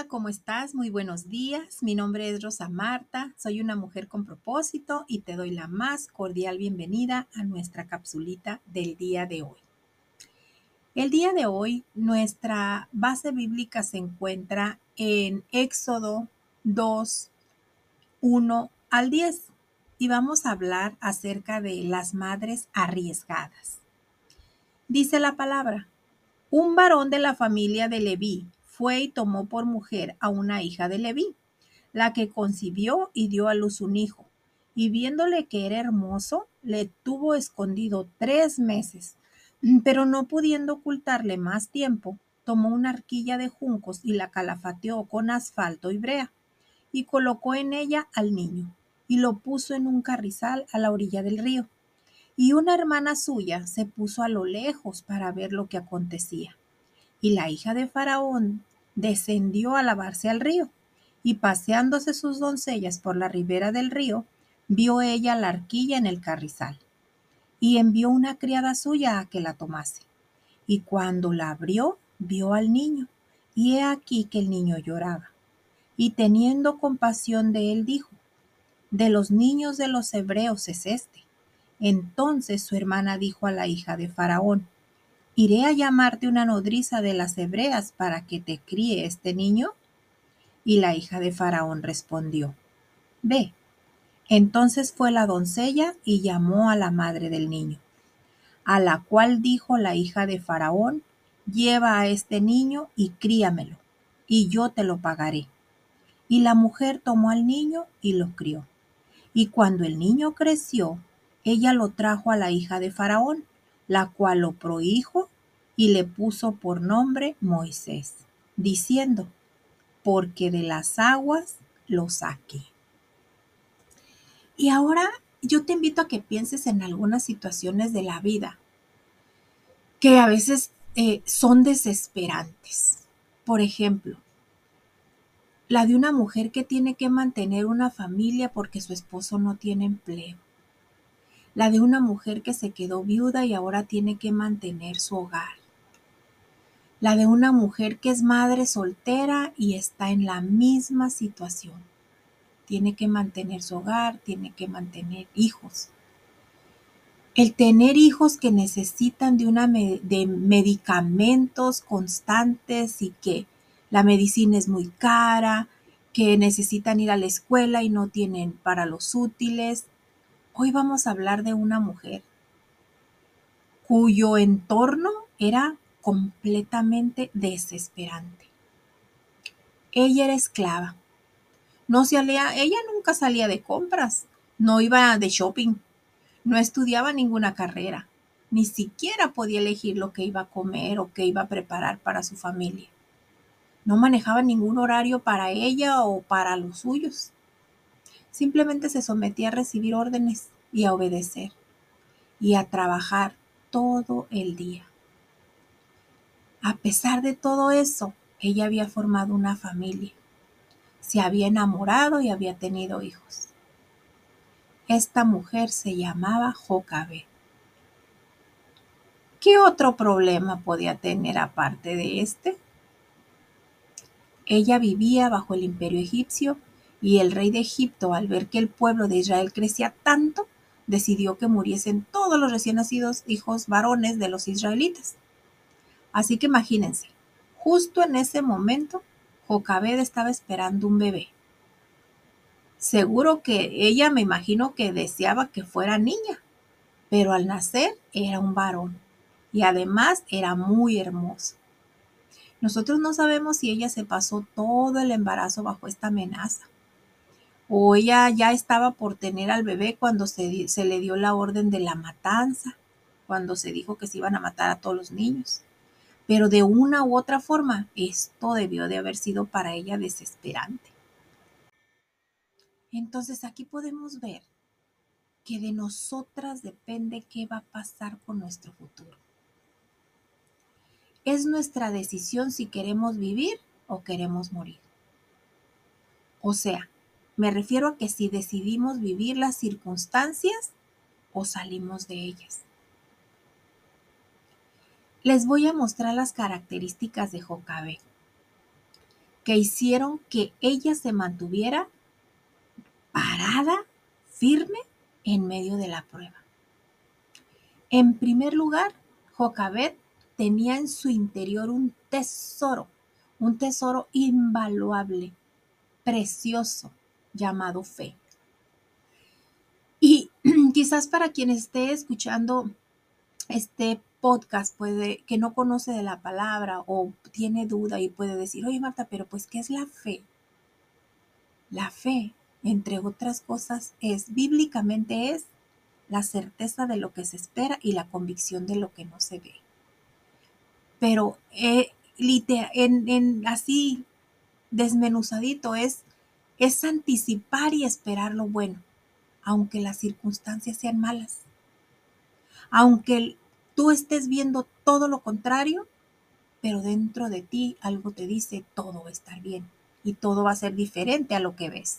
Hola, ¿cómo estás? Muy buenos días. Mi nombre es Rosa Marta, soy una mujer con propósito y te doy la más cordial bienvenida a nuestra capsulita del día de hoy. El día de hoy, nuestra base bíblica se encuentra en Éxodo 2, 1 al 10 y vamos a hablar acerca de las madres arriesgadas. Dice la palabra: un varón de la familia de Leví fue y tomó por mujer a una hija de Leví, la que concibió y dio a luz un hijo, y viéndole que era hermoso, le tuvo escondido 3 meses, pero no pudiendo ocultarle más tiempo, tomó una arquilla de juncos y la calafateó con asfalto y brea, y colocó en ella al niño, y lo puso en un carrizal a la orilla del río. Y una hermana suya se puso a lo lejos para ver lo que acontecía. Y la hija de Faraón descendió a lavarse al río, y paseándose sus doncellas por la ribera del río, vio ella la arquilla en el carrizal, y envió una criada suya a que la tomase. Y cuando la abrió, vio al niño, y he aquí que el niño lloraba. Y teniendo compasión de él, dijo: de los niños de los hebreos es este. Entonces su hermana dijo a la hija de Faraón: ¿iré a llamarte una nodriza de las hebreas para que te críe este niño? Y la hija de Faraón respondió: ve. Entonces fue la doncella y llamó a la madre del niño, a la cual dijo la hija de Faraón: lleva a este niño y críamelo, y yo te lo pagaré. Y la mujer tomó al niño y lo crió. Y cuando el niño creció, ella lo trajo a la hija de Faraón, la cual lo prohijo y le puso por nombre Moisés, diciendo: porque de las aguas lo saqué. Y ahora yo te invito a que pienses en algunas situaciones de la vida que a veces son desesperantes. Por ejemplo, la de una mujer que tiene que mantener una familia porque su esposo no tiene empleo. La de una mujer que se quedó viuda y ahora tiene que mantener su hogar. La de una mujer que es madre soltera y está en la misma situación. Tiene que mantener su hogar, tiene que mantener hijos. El tener hijos que necesitan de medicamentos constantes y que la medicina es muy cara, que necesitan ir a la escuela y no tienen para los útiles. Hoy vamos a hablar de una mujer cuyo entorno era completamente desesperante. Ella era esclava. Ella nunca salía de compras, no iba de shopping, no estudiaba ninguna carrera, ni siquiera podía elegir lo que iba a comer o qué iba a preparar para su familia. No manejaba ningún horario para ella o para los suyos. Simplemente se sometía a recibir órdenes y a obedecer y a trabajar todo el día. A pesar de todo eso, ella había formado una familia, se había enamorado y había tenido hijos. Esta mujer se llamaba Jocabed. ¿Qué otro problema podía tener aparte de este? Ella vivía bajo el imperio egipcio y el rey de Egipto, al ver que el pueblo de Israel crecía tanto, decidió que muriesen todos los recién nacidos hijos varones de los israelitas. Así que imagínense, justo en ese momento, Jocabed estaba esperando un bebé. Seguro que ella, me imagino que deseaba que fuera niña, pero al nacer era un varón y además era muy hermoso. Nosotros no sabemos si ella se pasó todo el embarazo bajo esta amenaza o ella ya estaba por tener al bebé cuando se le dio la orden de la matanza, cuando se dijo que se iban a matar a todos los niños. Pero de una u otra forma, esto debió de haber sido para ella desesperante. Entonces aquí podemos ver que de nosotras depende qué va a pasar con nuestro futuro. Es nuestra decisión si queremos vivir o queremos morir. O sea, me refiero a que si decidimos vivir las circunstancias o salimos de ellas. Les voy a mostrar las características de Jocabed. que hicieron que ella se mantuviera parada, firme, en medio de la prueba. En primer lugar, Jocabed tenía en su interior un tesoro invaluable, precioso, llamado fe. Y quizás para quien esté escuchando este podcast, puede que no conoce de la palabra o tiene duda y puede decir, oye Marta, pero pues, ¿qué es la fe? La fe, entre otras cosas, bíblicamente es la certeza de lo que se espera y la convicción de lo que no se ve. Pero así desmenuzadito es anticipar y esperar lo bueno, aunque las circunstancias sean malas. Aunque tú estés viendo todo lo contrario, pero dentro de ti algo te dice todo va a estar bien y todo va a ser diferente a lo que ves.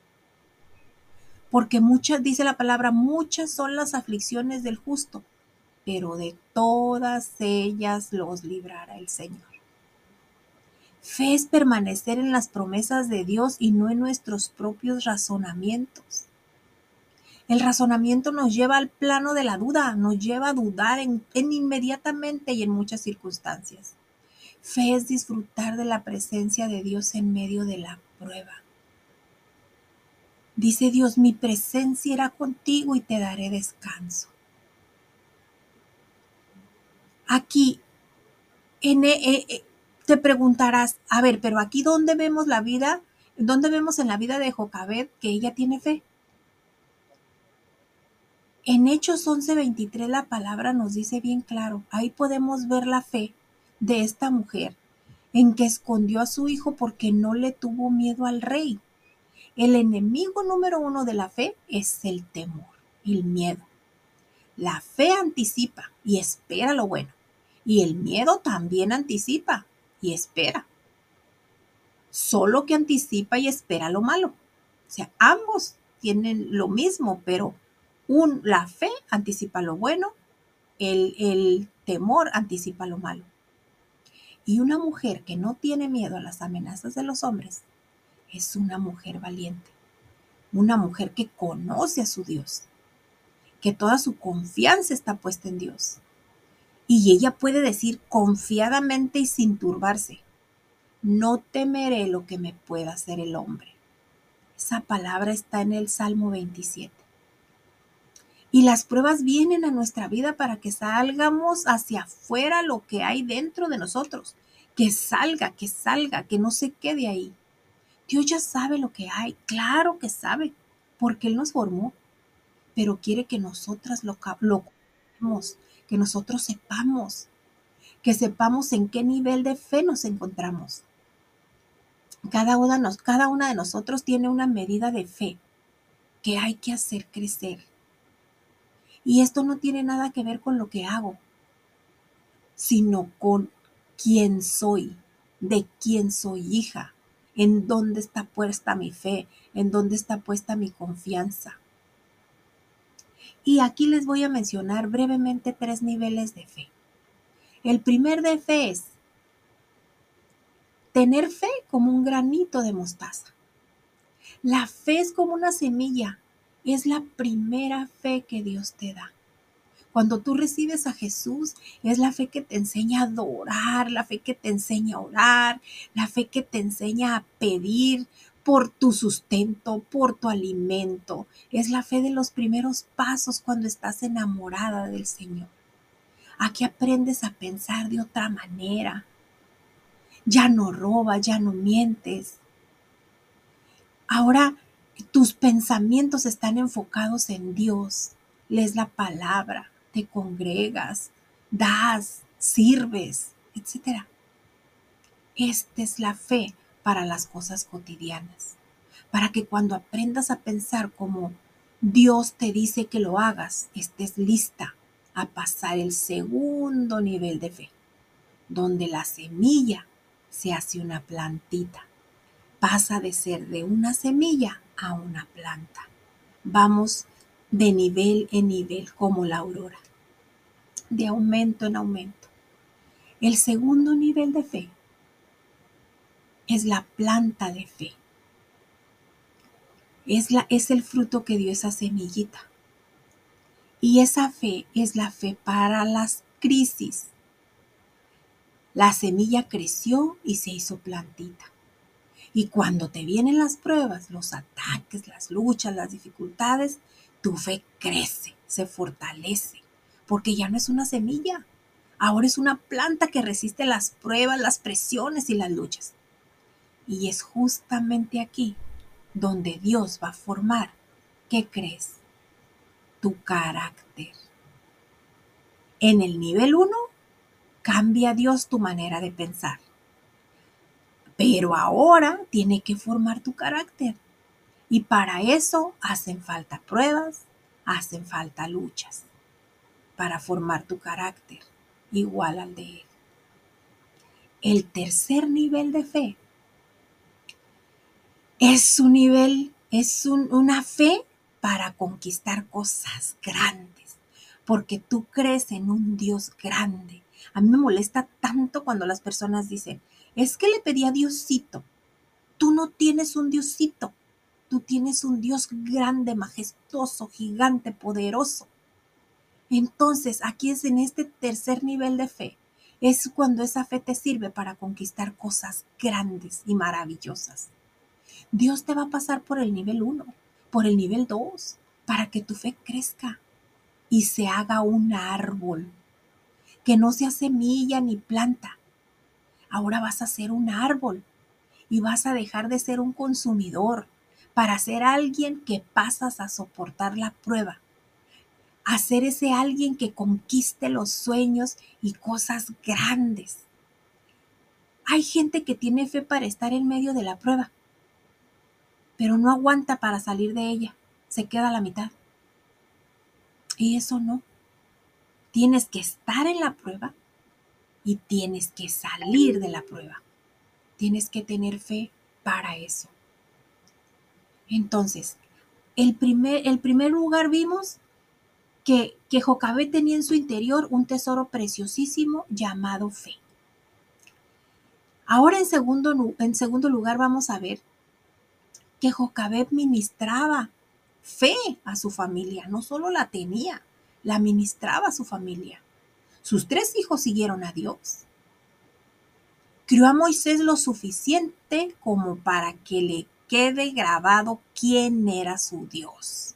Porque dice la palabra, muchas son las aflicciones del justo, pero de todas ellas los librará el Señor. Fe es permanecer en las promesas de Dios y no en nuestros propios razonamientos. El razonamiento nos lleva al plano de la duda, nos lleva a dudar en inmediatamente y en muchas circunstancias. Fe es disfrutar de la presencia de Dios en medio de la prueba. Dice Dios, mi presencia irá contigo y te daré descanso. Aquí te preguntarás, a ver, pero aquí ¿dónde vemos en la vida de Jocabed que ella tiene fe? En Hechos 11:23 la palabra nos dice bien claro, ahí podemos ver la fe de esta mujer en que escondió a su hijo porque no le tuvo miedo al rey. El enemigo número 1 de la fe es el temor, el miedo. La fe anticipa y espera lo bueno, y el miedo también anticipa y espera, solo que anticipa y espera lo malo. O sea, ambos tienen lo mismo, pero la fe anticipa lo bueno, el temor anticipa lo malo. Y una mujer que no tiene miedo a las amenazas de los hombres es una mujer valiente, una mujer que conoce a su Dios, que toda su confianza está puesta en Dios. Y ella puede decir confiadamente y sin turbarse, no temeré lo que me pueda hacer el hombre. Esa palabra está en el Salmo 27. Y las pruebas vienen a nuestra vida para que salgamos hacia afuera lo que hay dentro de nosotros. Que salga, que no se quede ahí. Dios ya sabe lo que hay, claro que sabe, porque Él nos formó, pero quiere que nosotras lo conozcamos, que nosotros que sepamos en qué nivel de fe nos encontramos. Cada una de nosotros tiene una medida de fe que hay que hacer crecer. Y esto no tiene nada que ver con lo que hago, sino con quién soy, de quién soy hija, en dónde está puesta mi fe, en dónde está puesta mi confianza. Y aquí les voy a mencionar brevemente 3 niveles de fe. El primer de fe es tener fe como un granito de mostaza. La fe es como una semilla, es la primera fe que Dios te da. Cuando tú recibes a Jesús, es la fe que te enseña a adorar, la fe que te enseña a orar, la fe que te enseña a pedir por tu sustento, por tu alimento. Es la fe de los primeros pasos cuando estás enamorada del Señor. Aquí aprendes a pensar de otra manera. Ya no robas, ya no mientes. Ahora tus pensamientos están enfocados en Dios. Lees la palabra, te congregas, das, sirves, etc. Esta es la fe para las cosas cotidianas. Para que cuando aprendas a pensar como Dios te dice que lo hagas, estés lista a pasar el segundo nivel de fe, donde la semilla se hace una plantita. Pasa de ser de una semilla a una planta. Vamos de nivel en nivel como la aurora, de aumento en aumento. El segundo nivel de fe es la planta de fe. Es el fruto que dio esa semillita. Y esa fe es la fe para las crisis. La semilla creció y se hizo plantita. Y cuando te vienen las pruebas, los ataques, las luchas, las dificultades, tu fe crece, se fortalece, porque ya no es una semilla, ahora es una planta que resiste las pruebas, las presiones y las luchas. Y es justamente aquí donde Dios va a formar, ¿qué crees? Tu carácter. En el nivel 1, cambia Dios tu manera de pensar. Pero ahora tiene que formar tu carácter. Y para eso hacen falta pruebas, hacen falta luchas, para formar tu carácter igual al de Él. El tercer nivel de fe es un nivel, una fe para conquistar cosas grandes, porque tú crees en un Dios grande. A mí me molesta tanto cuando las personas dicen, es que le pedí a Diosito. Tú no tienes un Diosito, tú tienes un Dios grande, majestuoso, gigante, poderoso. Entonces, aquí es en este tercer nivel de fe, es cuando esa fe te sirve para conquistar cosas grandes y maravillosas. Dios te va a pasar por el nivel 1, por el nivel 2, para que tu fe crezca y se haga un árbol, que no sea semilla ni planta. Ahora vas a ser un árbol y vas a dejar de ser un consumidor para ser alguien que pasas a soportar la prueba, a ser ese alguien que conquiste los sueños y cosas grandes. Hay gente que tiene fe para estar en medio de la prueba, pero no aguanta para salir de ella, se queda a la mitad. Y eso no. Tienes que estar en la prueba y tienes que salir de la prueba. Tienes que tener fe para eso. Entonces, el primer lugar vimos que Jocabet tenía en su interior un tesoro preciosísimo llamado fe. Ahora en segundo lugar vamos a ver que Jocabet ministraba fe a su familia, no solo la tenía, la ministraba a su familia. Sus 3 hijos siguieron a Dios. Crió a Moisés lo suficiente como para que le quede grabado quién era su Dios.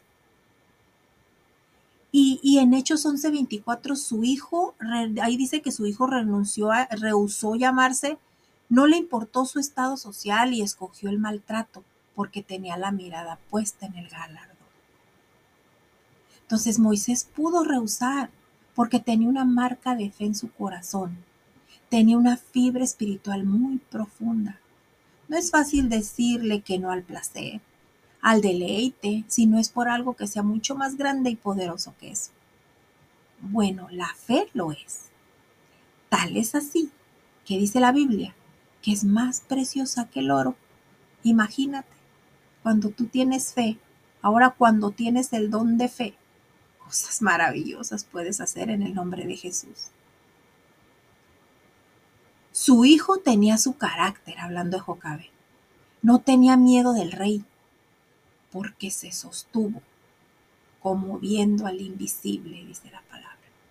Y en Hechos 11:24 su hijo, ahí dice que su hijo rehusó llamarse, no le importó su estado social y escogió el maltrato porque tenía la mirada puesta en el galardón. Entonces Moisés pudo rehusar porque tenía una marca de fe en su corazón, tenía una fibra espiritual muy profunda. No es fácil decirle que no al placer, al deleite, si no es por algo que sea mucho más grande y poderoso que eso. Bueno, la fe lo es. Tal es así que dice la Biblia que es más preciosa que el oro. Imagínate, cuando tú tienes fe, ahora cuando tienes el don de fe, cosas maravillosas puedes hacer en el nombre de Jesús. Su hijo tenía su carácter, hablando de Jocabe. No tenía miedo del rey, porque se sostuvo como viendo al invisible, dice la palabra.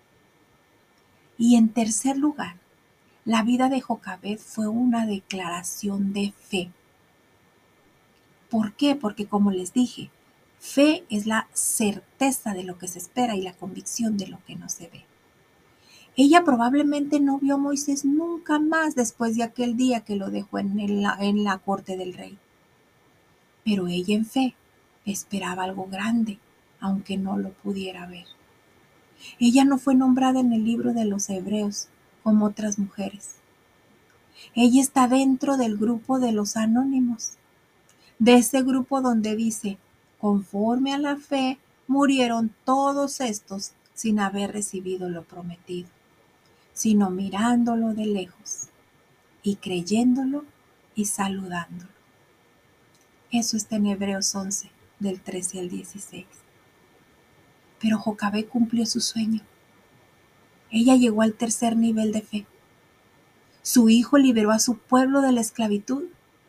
Y en tercer lugar, la vida de Jocabed fue una declaración de fe. ¿Por qué? Porque como les dije, fe es la certeza de lo que se espera y la convicción de lo que no se ve. Ella probablemente no vio a Moisés nunca más después de aquel día que lo dejó en la corte del rey. Pero ella en fe esperaba algo grande, aunque no lo pudiera ver. Ella no fue nombrada en el libro de los Hebreos como otras mujeres. Ella está dentro del grupo de los anónimos, de ese grupo donde dice, conforme a la fe, murieron todos estos sin haber recibido lo prometido, sino mirándolo de lejos y creyéndolo y saludándolo. Eso está en Hebreos 11, del 13 al 16. Pero Jocabed cumplió su sueño. Ella llegó al tercer nivel de fe. Su hijo liberó a su pueblo de la esclavitud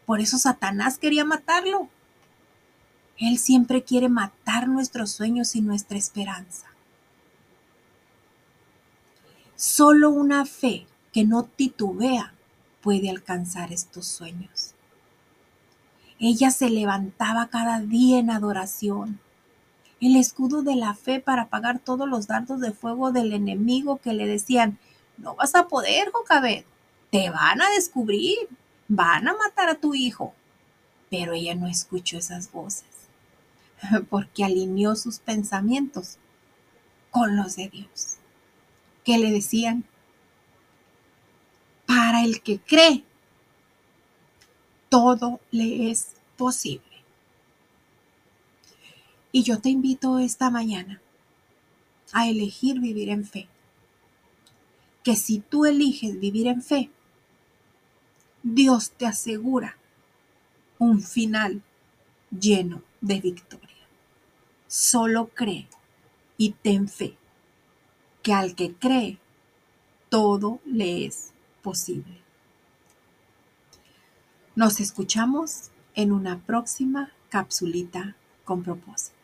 Por eso Satanás quería matarlo. Él siempre quiere matar nuestros sueños y nuestra esperanza. Solo una fe que no titubea puede alcanzar estos sueños. Ella se levantaba cada día en adoración. El escudo de la fe para apagar todos los dardos de fuego del enemigo que le decían, no vas a poder, Jocabed, te van a descubrir, van a matar a tu hijo. Pero ella no escuchó esas voces, porque alineó sus pensamientos con los de Dios, que le decían, para el que cree, todo le es posible. Y yo te invito esta mañana a elegir vivir en fe. Que si tú eliges vivir en fe, Dios te asegura un final lleno de victoria. Solo cree y ten fe, que al que cree, todo le es posible. Nos escuchamos en una próxima capsulita con propósito.